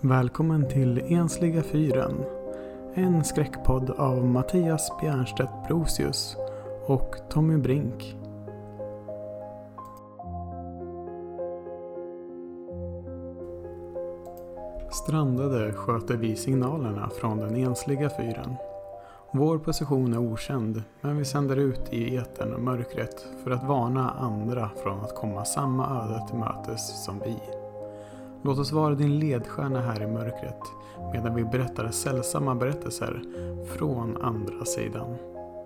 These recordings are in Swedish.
Välkommen till Ensliga fyren, en skräckpodd av Mattias Bjernstedt Brosius och Tommy Brink. Strandade sköter vi signalerna från den ensliga fyren. Vår position är okänd, men vi sänder ut i etern och mörkret för att varna andra från att komma samma öde till mötes som vi. Låt oss vara din ledstjärna här i mörkret medan vi berättar sällsamma berättelser från andra sidan.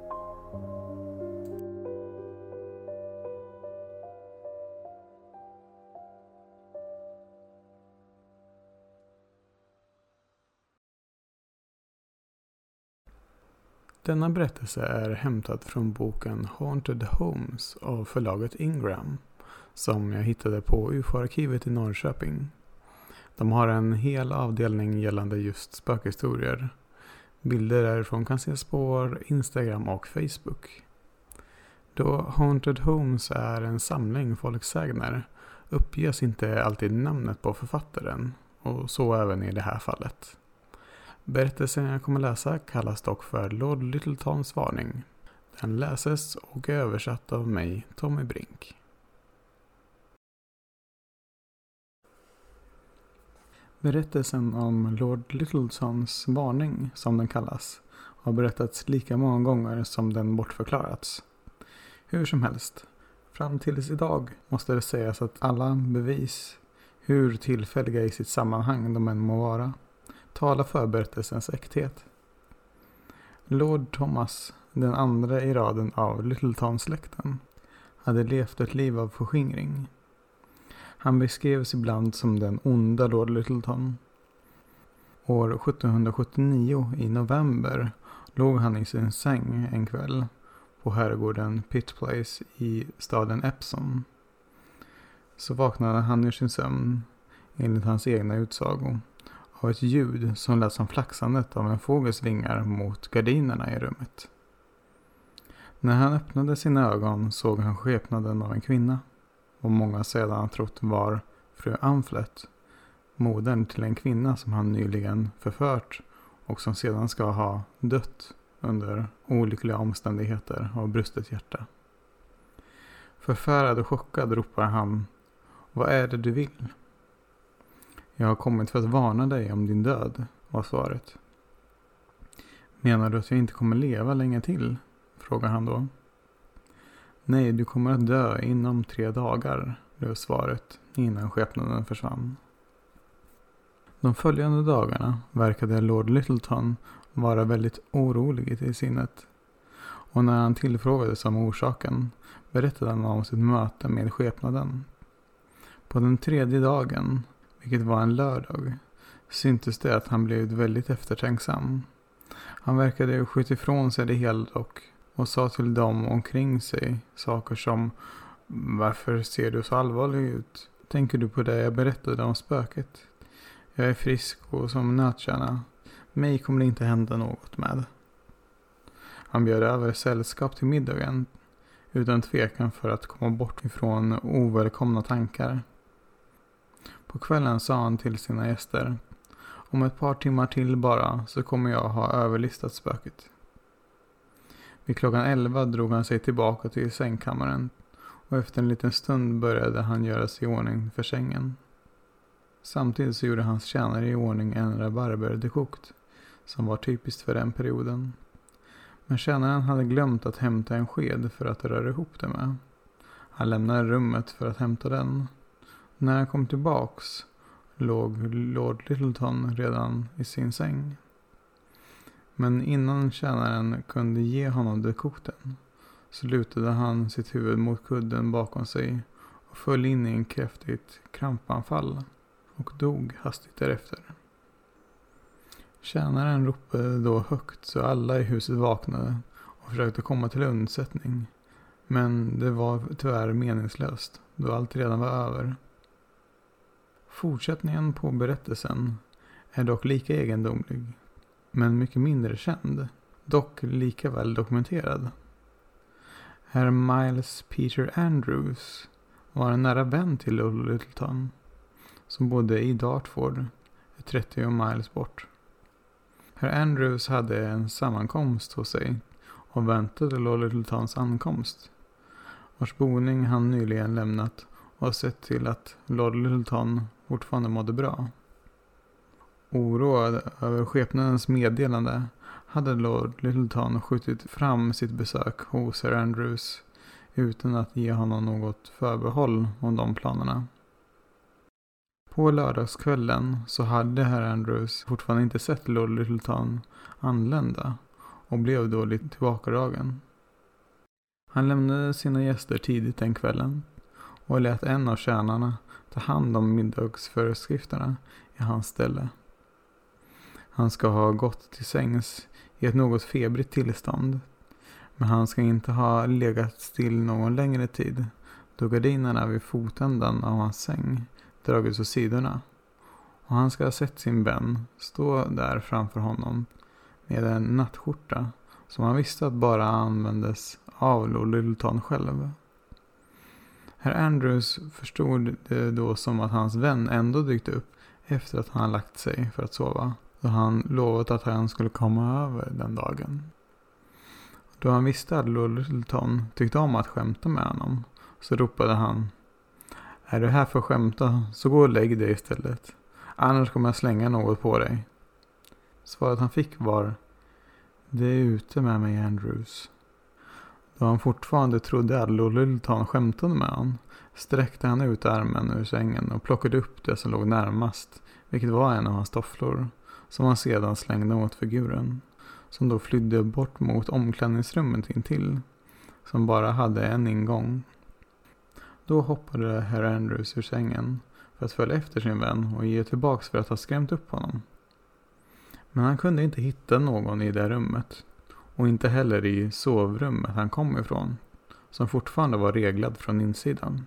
Denna berättelse är hämtad från boken Haunted Homes av förlaget Ingram, som jag hittade på UFO-arkivet i Norrköping. De har en hel avdelning gällande just spökhistorier. Bilder därifrån kan ses på Instagram och Facebook. Då Haunted Homes är en samling folksägner uppges inte alltid namnet på författaren, och så även i det här fallet. Berättelsen jag kommer läsa kallas dock för Lord Littletons varning. Den läses och är översatt av mig, Tommy Brink. Berättelsen om Lord Littletons varning, som den kallas, har berättats lika många gånger som den bortförklarats. Hur som helst, fram tills idag måste det sägas att alla bevis, hur tillfälliga i sitt sammanhang de än må vara, talar för berättelsens äkthet. Lord Thomas, den andra i raden av Littleton-släkten, hade levt ett liv av förskingring. Han beskrevs ibland som den onda Lord Littleton. År 1779 i november låg han i sin säng en kväll på herrgården Pitt Place i staden Epsom. Så vaknade han ur sin sömn, enligt hans egna utsago, av ett ljud som lät som flaxandet av en fågels vingar mot gardinerna i rummet. När han öppnade sina ögon såg han skepnaden av en kvinna, och många sedan trott var fru Amphlett, modern till en kvinna som han nyligen förfört och som sedan ska ha dött under olyckliga omständigheter av brustet hjärta. Förfärad och chockad ropar han: "Vad är det du vill?" "Jag har kommit för att varna dig om din död", var svaret. "Menar du att jag inte kommer leva länge till?" frågar han då. "Nej, du kommer att dö inom 3 dagar", blev svaret innan skepnaden försvann. De följande dagarna verkade Lord Littleton vara väldigt orolig i sinnet. Och när han tillfrågades om orsaken berättade han om sitt möte med skepnaden. På den 3:e dagen, vilket var en lördag, syntes det att han blivit väldigt eftertänksam. Han verkade skjuta ifrån sig det hela och sa till dem omkring sig saker som: "Varför ser du så allvarlig ut? Tänker du på det jag berättade om spöket? Jag är frisk och som nötkärna. Mig kommer det inte hända något med." Han bjöd över sällskap till middagen, utan tvekan för att komma bort ifrån ovälkomna tankar. På kvällen sa han till sina gäster: "Om ett par timmar till bara så kommer jag ha överlistat spöket." Vid klockan 11 drog han sig tillbaka till sängkammaren, och efter en liten stund började han göra sig i ordning för sängen. Samtidigt så gjorde hans tjänare i ordning en rabarberdekokt, som var typiskt för den perioden. Men tjänaren hade glömt att hämta en sked för att röra ihop det med. Han lämnade rummet för att hämta den. När han kom tillbaks låg Lord Littleton redan i sin säng. Men innan tjänaren kunde ge honom dekokten så lutade han sitt huvud mot kudden bakom sig och föll in i en kraftigt krampanfall och dog hastigt därefter. Tjänaren ropade då högt så alla i huset vaknade och försökte komma till undsättning. Men det var tyvärr meningslöst, då allt redan var över. Fortsättningen på berättelsen är dock lika egendomlig, men mycket mindre känd, dock lika väl dokumenterad. Herr Miles Peter Andrews var en nära vän till Lord Littleton, som bodde i Dartford, 30 miles bort. Herr Andrews hade en sammankomst hos sig och väntade Lord Littletons ankomst, vars boning han nyligen lämnat och sett till att Lord Littleton fortfarande mådde bra. Oroad över skepnadens meddelande hade Lord Littleton skjutit fram sitt besök hos Herr Andrews utan att ge honom något förbehåll om de planerna. På lördagskvällen så hade Herr Andrews fortfarande inte sett Lord Littleton anlända och blev då lite tillbakadragen. Han lämnade sina gäster tidigt den kvällen och lät en av tjänarna ta hand om middagsföreskrifterna i hans ställe. Han ska ha gått till sängs i ett något febrigt tillstånd, men han ska inte ha legat still någon längre tid då gardinerna vid fotändan av hans säng dragits åt sidorna, och han ska ha sett sin vän stå där framför honom med en nattskjorta som han visste att bara användes av Lord Littleton själv. Herr Andrews förstod det då som att hans vän ändå dykt upp efter att han lagt sig för att sova, då han lovat att han skulle komma över den dagen. Då han visste att Lord Littleton tyckte om att skämta med honom så ropade han: "Är du här för att skämta så gå och lägg dig istället. Annars kommer jag slänga något på dig." Svaret han fick var: "Det är ute med mig, Andrews." Då han fortfarande trodde att Lord Littleton skämtade med honom sträckte han ut armen ur sängen och plockade upp det som låg närmast, vilket var en av hans tofflor, som han sedan slängde åt figuren, som då flydde bort mot omklädningsrummet intill, som bara hade en ingång. Då hoppade Herr Andrews ur sängen för att följa efter sin vän och ge tillbaks för att ha skrämt upp honom. Men han kunde inte hitta någon i det rummet, och inte heller i sovrummet han kom ifrån, som fortfarande var reglad från insidan.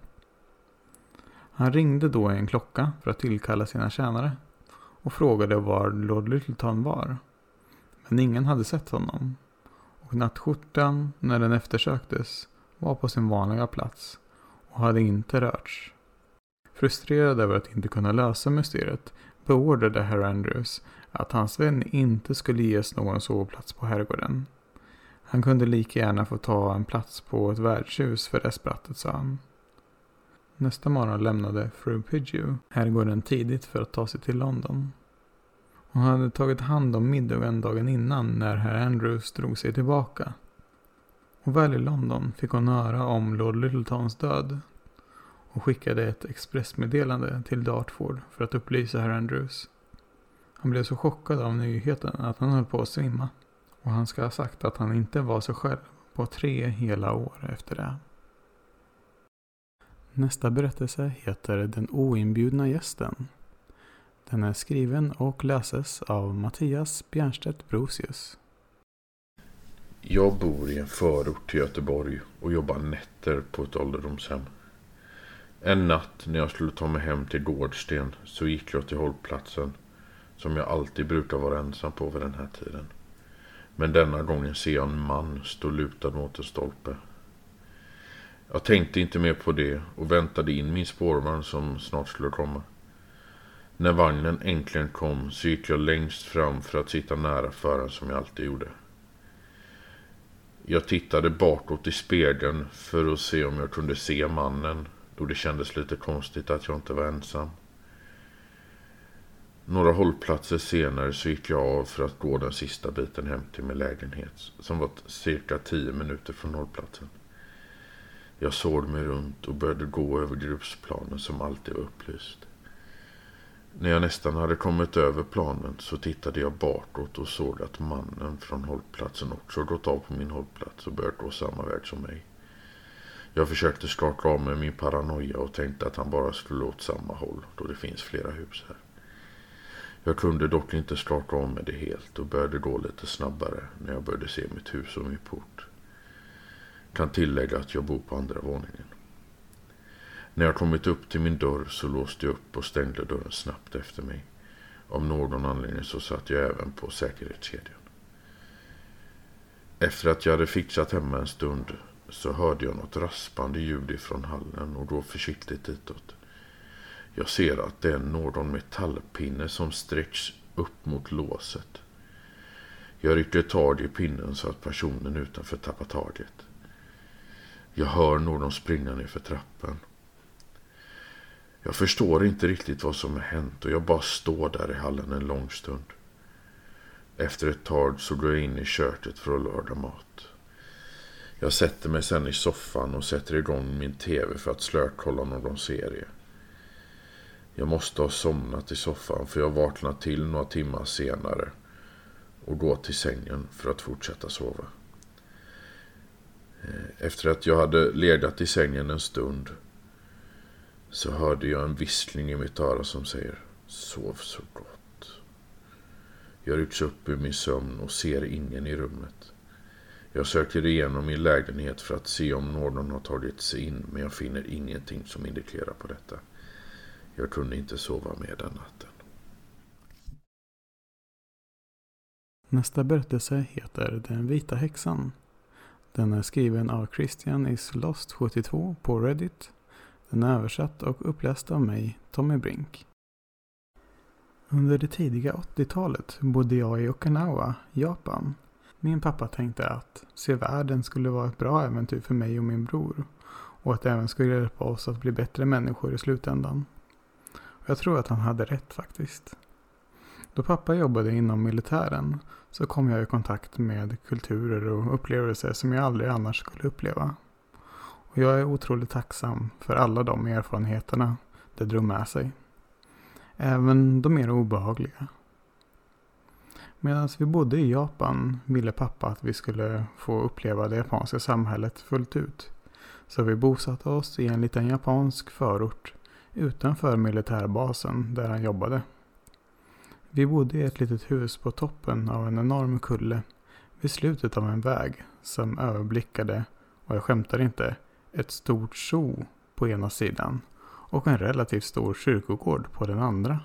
Han ringde då en klocka för att tillkalla sina tjänare och frågade var Lord Littleton var. Men ingen hade sett honom, och nattskjortan, när den eftersöktes, var på sin vanliga plats och hade inte rörts. Frustrerad över att inte kunna lösa mysteriet beordrade Herr Andrews att hans vän inte skulle ges någon sovplats på herrgården. Han kunde lika gärna få ta en plats på ett värdshus för det sprattet, sa han. Nästa morgon lämnade fru Pidgew herrgården tidigt för att ta sig till London. Hon hade tagit hand om middagen dagen innan när Herr Andrews drog sig tillbaka. Och väl i London fick hon höra om Lord Littletons död och skickade ett expressmeddelande till Dartford för att upplysa Herr Andrews. Han blev så chockad av nyheten att han höll på att svimma, och han ska ha sagt att han inte var sig själv på 3 hela år efter det. Nästa berättelse heter Den oinbjudna gästen. Den är skriven och läses av Mattias Bjernstedt Brosius. Jag bor i en förort till Göteborg och jobbar nätter på ett ålderdomshem. En natt när jag skulle ta mig hem till Gårdsten så gick jag till hållplatsen, som jag alltid brukar vara ensam på vid den här tiden. Men denna gången ser jag en man stå lutad mot en stolpe. Jag tänkte inte mer på det och väntade in min spårvagn som snart skulle komma. När vagnen äntligen kom så gick jag längst fram för att sitta nära föraren som jag alltid gjorde. Jag tittade bakåt i spegeln för att se om jag kunde se mannen, då det kändes lite konstigt att jag inte var ensam. Några hållplatser senare så gick jag av för att gå den sista biten hem till min lägenhet, som var cirka 10 minuter från hållplatsen. Jag såg mig runt och började gå över grusplanen som alltid var upplyst. När jag nästan hade kommit över planen så tittade jag bakåt och såg att mannen från hållplatsen också gått av på min hållplats och börjat gå samma väg som mig. Jag försökte skaka av med min paranoia och tänkte att han bara skulle åt samma håll, då det finns flera hus här. Jag kunde dock inte skaka av med det helt och började gå lite snabbare när jag började se mitt hus och min port. Kan tillägga att jag bor på andra våningen. När jag kommit upp till min dörr så låste jag upp och stängde dörren snabbt efter mig. Av någon anledning så satt jag även på säkerhetskedjan. Efter att jag hade fixat hemma en stund så hörde jag något raspande ljud ifrån hallen och då försiktigt ditåt. Jag ser att det är någon metallpinne som sträcks upp mot låset. Jag rycker tag i pinnen så att personen utanför tappar taget. Jag hör någon springa ner för trappen. Jag förstår inte riktigt vad som har hänt och jag bara står där i hallen en lång stund. Efter ett tag så går jag in i köket för att laga mat. Jag sätter mig sedan i soffan och sätter igång min tv för att slökolla någon serie. Jag måste ha somnat i soffan för jag vaknar till några timmar senare och går till sängen för att fortsätta sova. Efter att jag hade legat i sängen en stund så hörde jag en viskning i mitt öra som säger: sov så gott. Jag rycks upp ur min sömn och ser ingen i rummet. Jag söker igenom min lägenhet för att se om någon har tagit sig in, men jag finner ingenting som indikerar på detta. Jag kunde inte sova mer den natten. Nästa berättelse heter Den vita häxan. Den är skriven av Christian is Lost 72 på Reddit. Den är översatt och uppläst av mig, Tommy Brink. Under det tidiga 80-talet bodde jag i Okinawa, Japan. Min pappa tänkte att se världen skulle vara ett bra äventyr för mig och min bror. Och att det även skulle hjälpa oss att bli bättre människor i slutändan. Och jag tror att han hade rätt faktiskt. Då pappa jobbade inom militären så kom jag i kontakt med kulturer och upplevelser som jag aldrig annars skulle uppleva. Och jag är otroligt tacksam för alla de erfarenheterna det drog med sig. Även de mer obehagliga. Medan vi bodde i Japan ville pappa att vi skulle få uppleva det japanska samhället fullt ut. Så vi bosatte oss i en liten japansk förort utanför militärbasen där han jobbade. Vi bodde i ett litet hus på toppen av en enorm kulle vid slutet av en väg som överblickade, och jag skämtar inte, ett stort zoo på ena sidan och en relativt stor kyrkogård på den andra.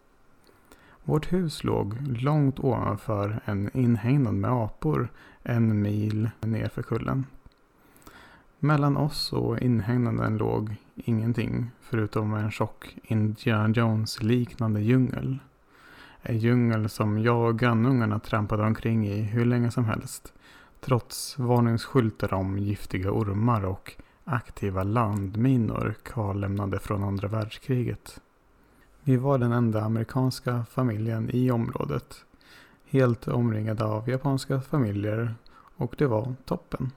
Vårt hus låg långt ovanför en inhägnad med apor 1 mil nerför kullen. Mellan oss och inhägnaden låg ingenting förutom en tjock Indiana Jones-liknande djungel. En djungel som jag och grannungarna trampade omkring i hur länge som helst, trots varningsskyltar om giftiga ormar och aktiva landminor kvarlämnade från andra världskriget. Vi var den enda amerikanska familjen i området, helt omringade av japanska familjer, och det var toppen.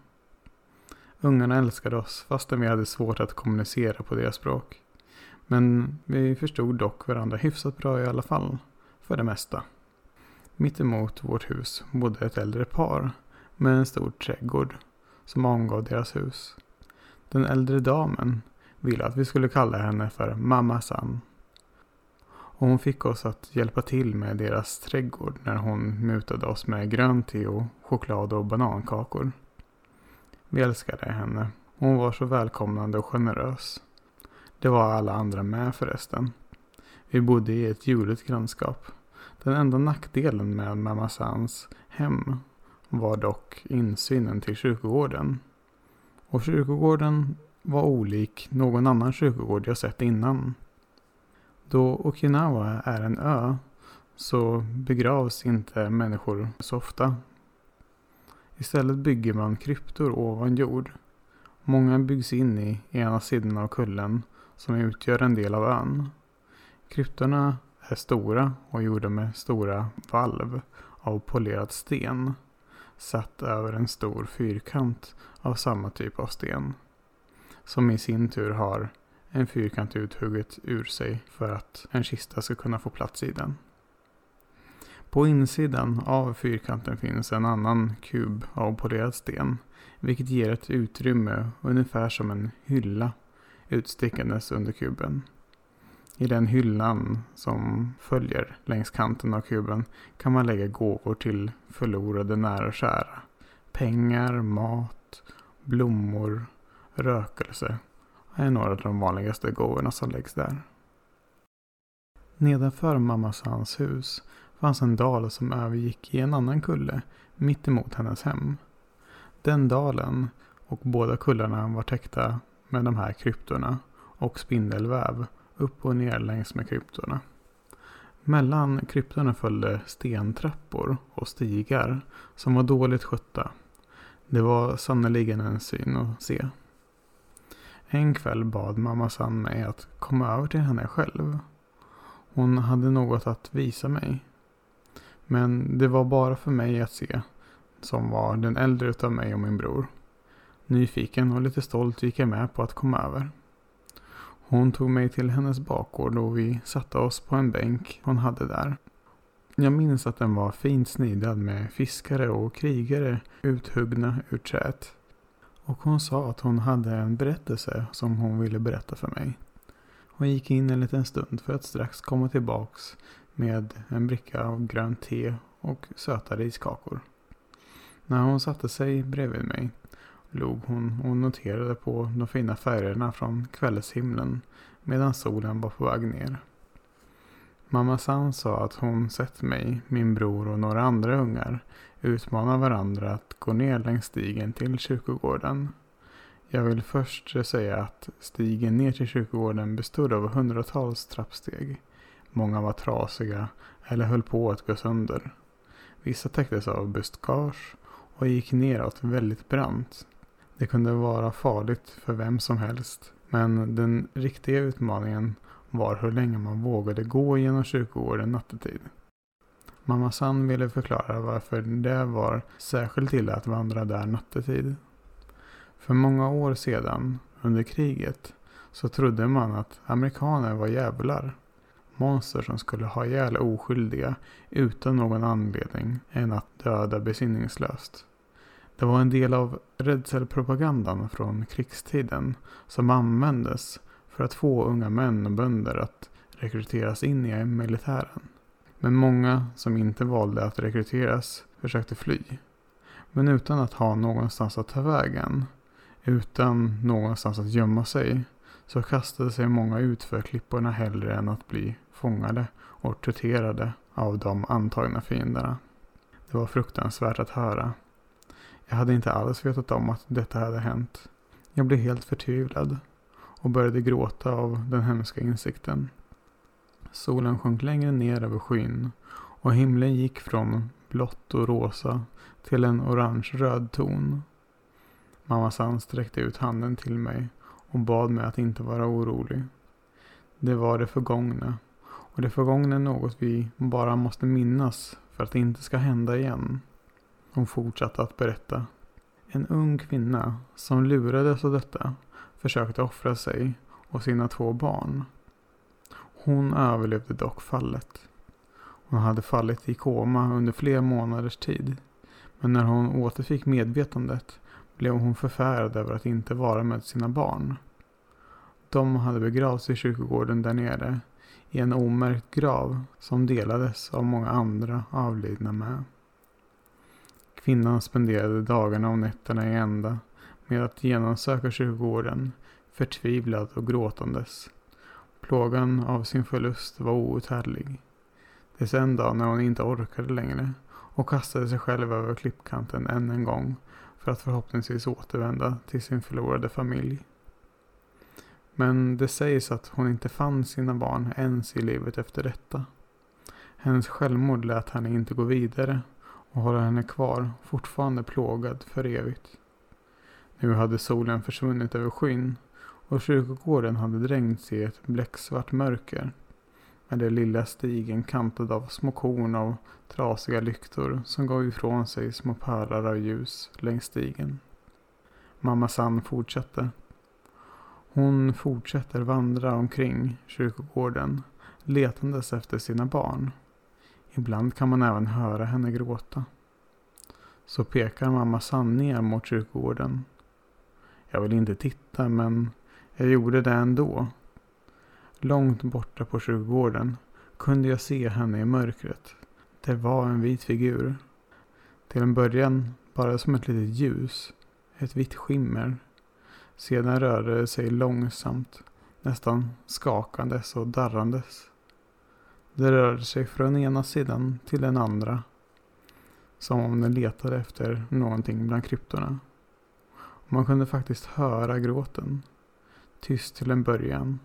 Ungarna älskade oss fastän vi hade svårt att kommunicera på deras språk. Men vi förstod dock varandra hyfsat bra i alla fall, för det mesta. Mitt emot vårt hus bodde ett äldre par med en stor trädgård som omgav deras hus. Den äldre damen ville att vi skulle kalla henne för Mamma-san. Och hon fick oss att hjälpa till med deras trädgård när hon mutade oss med grönt te och choklad och banankakor. Vi älskade henne. Hon var så välkomnande och generös. Det var alla andra med förresten. Vi bodde i ett juligt grannskap. Den enda nackdelen med Mamma-sans hem var dock insynen till kyrkogården. Och kyrkogården var olik någon annan kyrkogård jag sett innan. Då Okinawa är en ö så begravs inte människor så ofta. Istället bygger man kryptor ovan jord. Många byggs in i ena sidan av kullen som utgör en del av ön. Kryptorna är stora och gjorda med stora valv av polerad sten, satt över en stor fyrkant av samma typ av sten, som i sin tur har en fyrkant uthugget ur sig för att en kista ska kunna få plats i den. På insidan av fyrkanten finns en annan kub av polerad sten, vilket ger ett utrymme ungefär som en hylla utstickandes under kuben. I den hyllan som följer längs kanten av kuben kan man lägga gåvor till förlorade nära och kära. Pengar, mat, blommor, rökelse är några av de vanligaste gåvorna som läggs där. Nedanför Mamma-sans hus fanns en dal som övergick i en annan kulle mitt emot hennes hem. Den dalen och båda kullarna var täckta med de här kryptorna och spindelväv upp och ner längs med kryptorna. Mellan kryptorna följde stentrappor och stigar som var dåligt skötta. Det var sannoliken en syn att se. En kväll bad mamma San mig att komma över till henne själv. Hon hade något att visa mig. Men det var bara för mig att se, som var den äldre utav mig och min bror. Nyfiken och lite stolt gick jag med på att komma över. Hon tog mig till hennes bakgård och vi satte oss på en bänk hon hade där. Jag minns att den var fint snidad med fiskare och krigare uthuggna ur träet. Och hon sa att hon hade en berättelse som hon ville berätta för mig. Hon gick in en liten stund för att strax komma tillbaks med en bricka av grönt te och söta riskakor. När hon satte sig bredvid mig log hon och noterade på de fina färgerna från kvällshimlen medan solen var på väg ner. Mamma San sa att hon sett mig, min bror och några andra ungar utmana varandra att gå ner längs stigen till kyrkogården. Jag vill först säga att stigen ner till kyrkogården bestod av hundratals trappsteg. Många var trasiga eller höll på att gå sönder. Vissa täcktes av buskage och gick neråt väldigt brant. Det kunde vara farligt för vem som helst, men den riktiga utmaningen var hur länge man vågade gå genom kyrkogården nattetid. Mamma San ville förklara varför det var särskilt illa att vandra där nattetid. För många år sedan, under kriget, så trodde man att amerikaner var djävlar. Monster som skulle ha ihjäl oskyldiga utan någon anledning än att döda besinningslöst. Det var en del av rädselpropagandan från krigstiden som användes för att få unga män och bönder att rekryteras in i militären. Men många som inte valde att rekryteras försökte fly. Men utan att ha någonstans att ta vägen, utan någonstans att gömma sig, så kastade sig många ut för klipporna hellre än att bli fångade och torterade av de antagna fienderna. Det var fruktansvärt att höra. Jag hade inte alls vetat om att detta hade hänt. Jag blev helt förtvivlad och började gråta av den hemska insikten. Solen sjönk längre ner över skyn och himlen gick från blått och rosa till en orange-röd ton. Mamma San sträckte ut handen till mig och bad mig att inte vara orolig. Det var det förgångna, och det förgångna är något vi bara måste minnas för att det inte ska hända igen. Hon fortsatte att berätta. En ung kvinna som lurades av detta försökte offra sig och sina 2 barn. Hon överlevde dock fallet. Hon hade fallit i koma under flera månaders tid, men när hon återfick medvetandet blev hon förfärad över att inte vara med sina barn. De hade begravts i kyrkogården där nere i en omärkt grav som delades av många andra avlidna med. Kvinnan spenderade dagarna och nätterna i ända med att genomsöka kyrkogården, förtvivlad och gråtandes. Plågan av sin förlust var outhärdlig. Tills en dag när hon inte orkade längre och kastade sig själv över klippkanten än en gång för att förhoppningsvis återvända till sin förlorade familj. Men det sägs att hon inte fann sina barn ens i livet efter detta. Hennes självmord lät henne inte gå vidare och hålla henne kvar, fortfarande plågad för evigt. Nu hade solen försvunnit över skyn och kyrkogården hade dränkts i ett bläcksvart mörker, med den lilla stigen kantad av små korn av trasiga lyktor som gav ifrån sig små pärlar av ljus längs stigen. Mamma San fortsatte. Hon fortsätter vandra omkring kyrkogården, letandes efter sina barn. Ibland kan man även höra henne gråta. Så pekar mamma San ner mot kyrkogården. Jag vill inte titta, men jag gjorde det ändå. Långt borta på kyrkogården kunde jag se henne i mörkret. Det var en vit figur. Till en början bara som ett litet ljus, ett vitt skimmer. Sedan rörde det sig långsamt, nästan skakandes och darrandes. Det rörde sig från ena sidan till den andra, som om den letade efter någonting bland kryptorna. Man kunde faktiskt höra gråten, tyst till en början,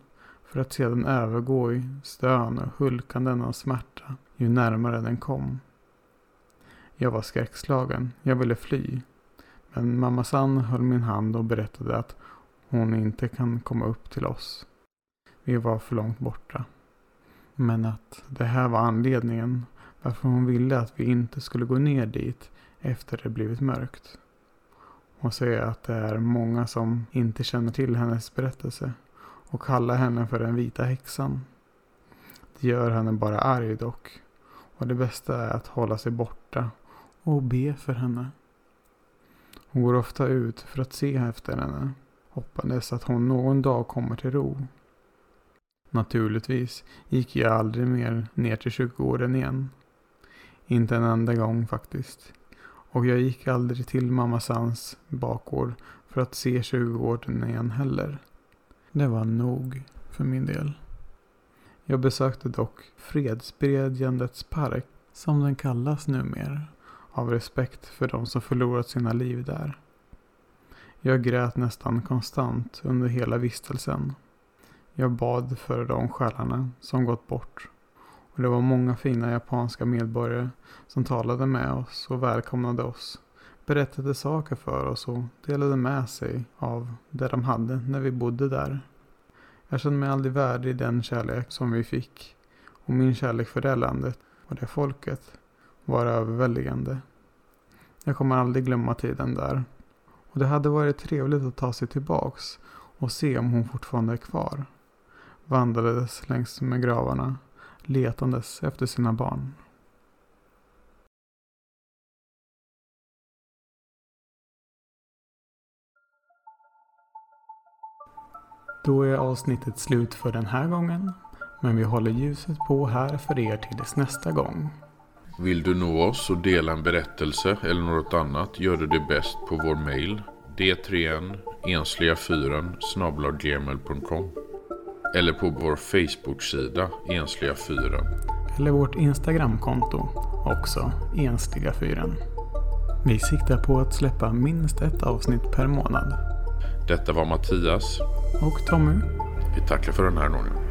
för att sedan övergå i stön och hulkanden av smärta ju närmare den kom. Jag var skräckslagen, jag ville fly. Men mamma San höll min hand och berättade att hon inte kan komma upp till oss. Vi var för långt borta. Men att det här var anledningen varför hon ville att vi inte skulle gå ner dit efter det blivit mörkt. Hon säger att det är många som inte känner till hennes berättelse och kallar henne för den vita häxan. Det gör henne bara arg dock, och det bästa är att hålla sig borta och be för henne. Hon går ofta ut för att se efter henne, hoppandes att hon någon dag kommer till ro. Naturligtvis gick jag aldrig mer ner till kyrkogården igen. Inte en enda gång faktiskt. Och jag gick aldrig till mamma Sans bakgård för att se kyrkogården igen heller. Det var nog för min del. Jag besökte dock Fredsberedjandets park, som den kallas numera, av respekt för de som förlorat sina liv där. Jag grät nästan konstant under hela vistelsen. Jag bad för de själarna som gått bort. Och det var många fina japanska medborgare som talade med oss och välkomnade oss. Berättade saker för oss och delade med sig av det de hade när vi bodde där. Jag kände mig aldrig värdig den kärlek som vi fick. Och min kärlek för det landet och det folket var överväldigande. Jag kommer aldrig glömma tiden där. Och det hade varit trevligt att ta sig tillbaks och se om hon fortfarande är kvar. Vandrades längs med gravarna, letandes efter sina barn. Då är avsnittet slut för den här gången, men vi håller ljuset på här för er tills nästa gång. Vill du nå oss och dela en berättelse eller något annat, gör du det bäst på vår mail d3n@gmail.com eller på vår Facebook-sida Ensliga Fyren. Eller vårt Instagramkonto, också Ensliga Fyren. Vi siktar på att släppa minst ett avsnitt per månad. Detta var Mattias och Tommy. Vi tackar för den här gången.